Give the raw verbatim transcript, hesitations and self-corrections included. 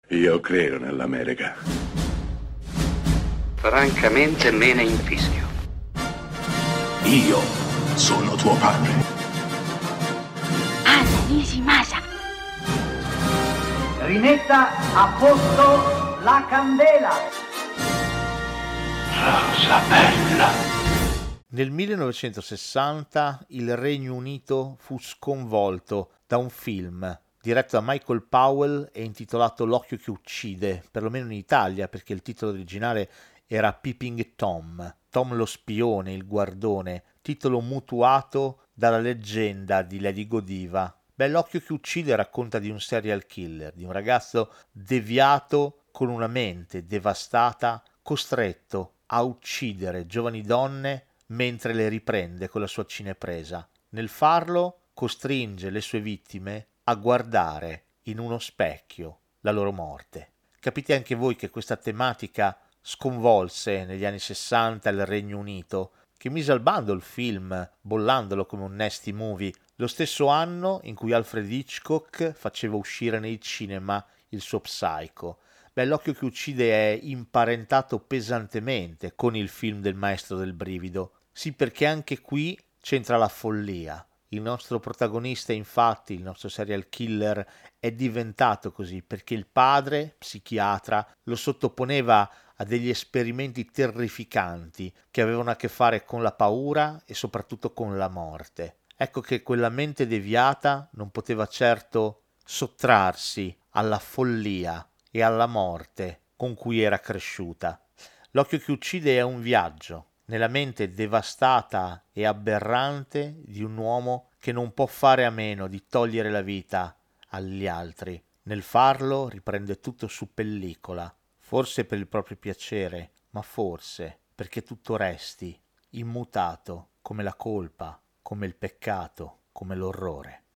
Io credo nell'America. Francamente me ne infischio. Io sono tuo padre. Anna Nishimasa. Rimetta a posto la candela. Rosa bella. Nel millenovecentosessanta il Regno Unito fu sconvolto da un film diretto da Michael Powell e intitolato L'occhio che uccide, perlomeno in Italia, perché il titolo originale era Peeping Tom, Tom lo spione, il guardone, titolo mutuato dalla leggenda di Lady Godiva. Beh, L'occhio che uccide racconta di un serial killer, di un ragazzo deviato con una mente devastata, costretto a uccidere giovani donne mentre le riprende con la sua cinepresa. Nel farlo costringe le sue vittime a guardare in uno specchio la loro morte. Capite anche voi che questa tematica sconvolse negli anni sessanta il Regno Unito, che mise al bando il film bollandolo come un nasty movie, lo stesso anno in cui Alfred Hitchcock faceva uscire nei cinema il suo Psycho. Beh, L'occhio che uccide è imparentato pesantemente con il film del Maestro del Brivido. Sì, perché anche qui c'entra la follia. Il nostro protagonista, infatti, il nostro serial killer, è diventato così perché il padre, psichiatra, lo sottoponeva a degli esperimenti terrificanti che avevano a che fare con la paura e soprattutto con la morte. Ecco che quella mente deviata non poteva certo sottrarsi alla follia e alla morte con cui era cresciuta. L'occhio che uccide è un viaggio nella mente devastata e aberrante di un uomo che non può fare a meno di togliere la vita agli altri. Nel farlo riprende tutto su pellicola, forse per il proprio piacere, ma forse perché tutto resti immutato, come la colpa, come il peccato, come l'orrore.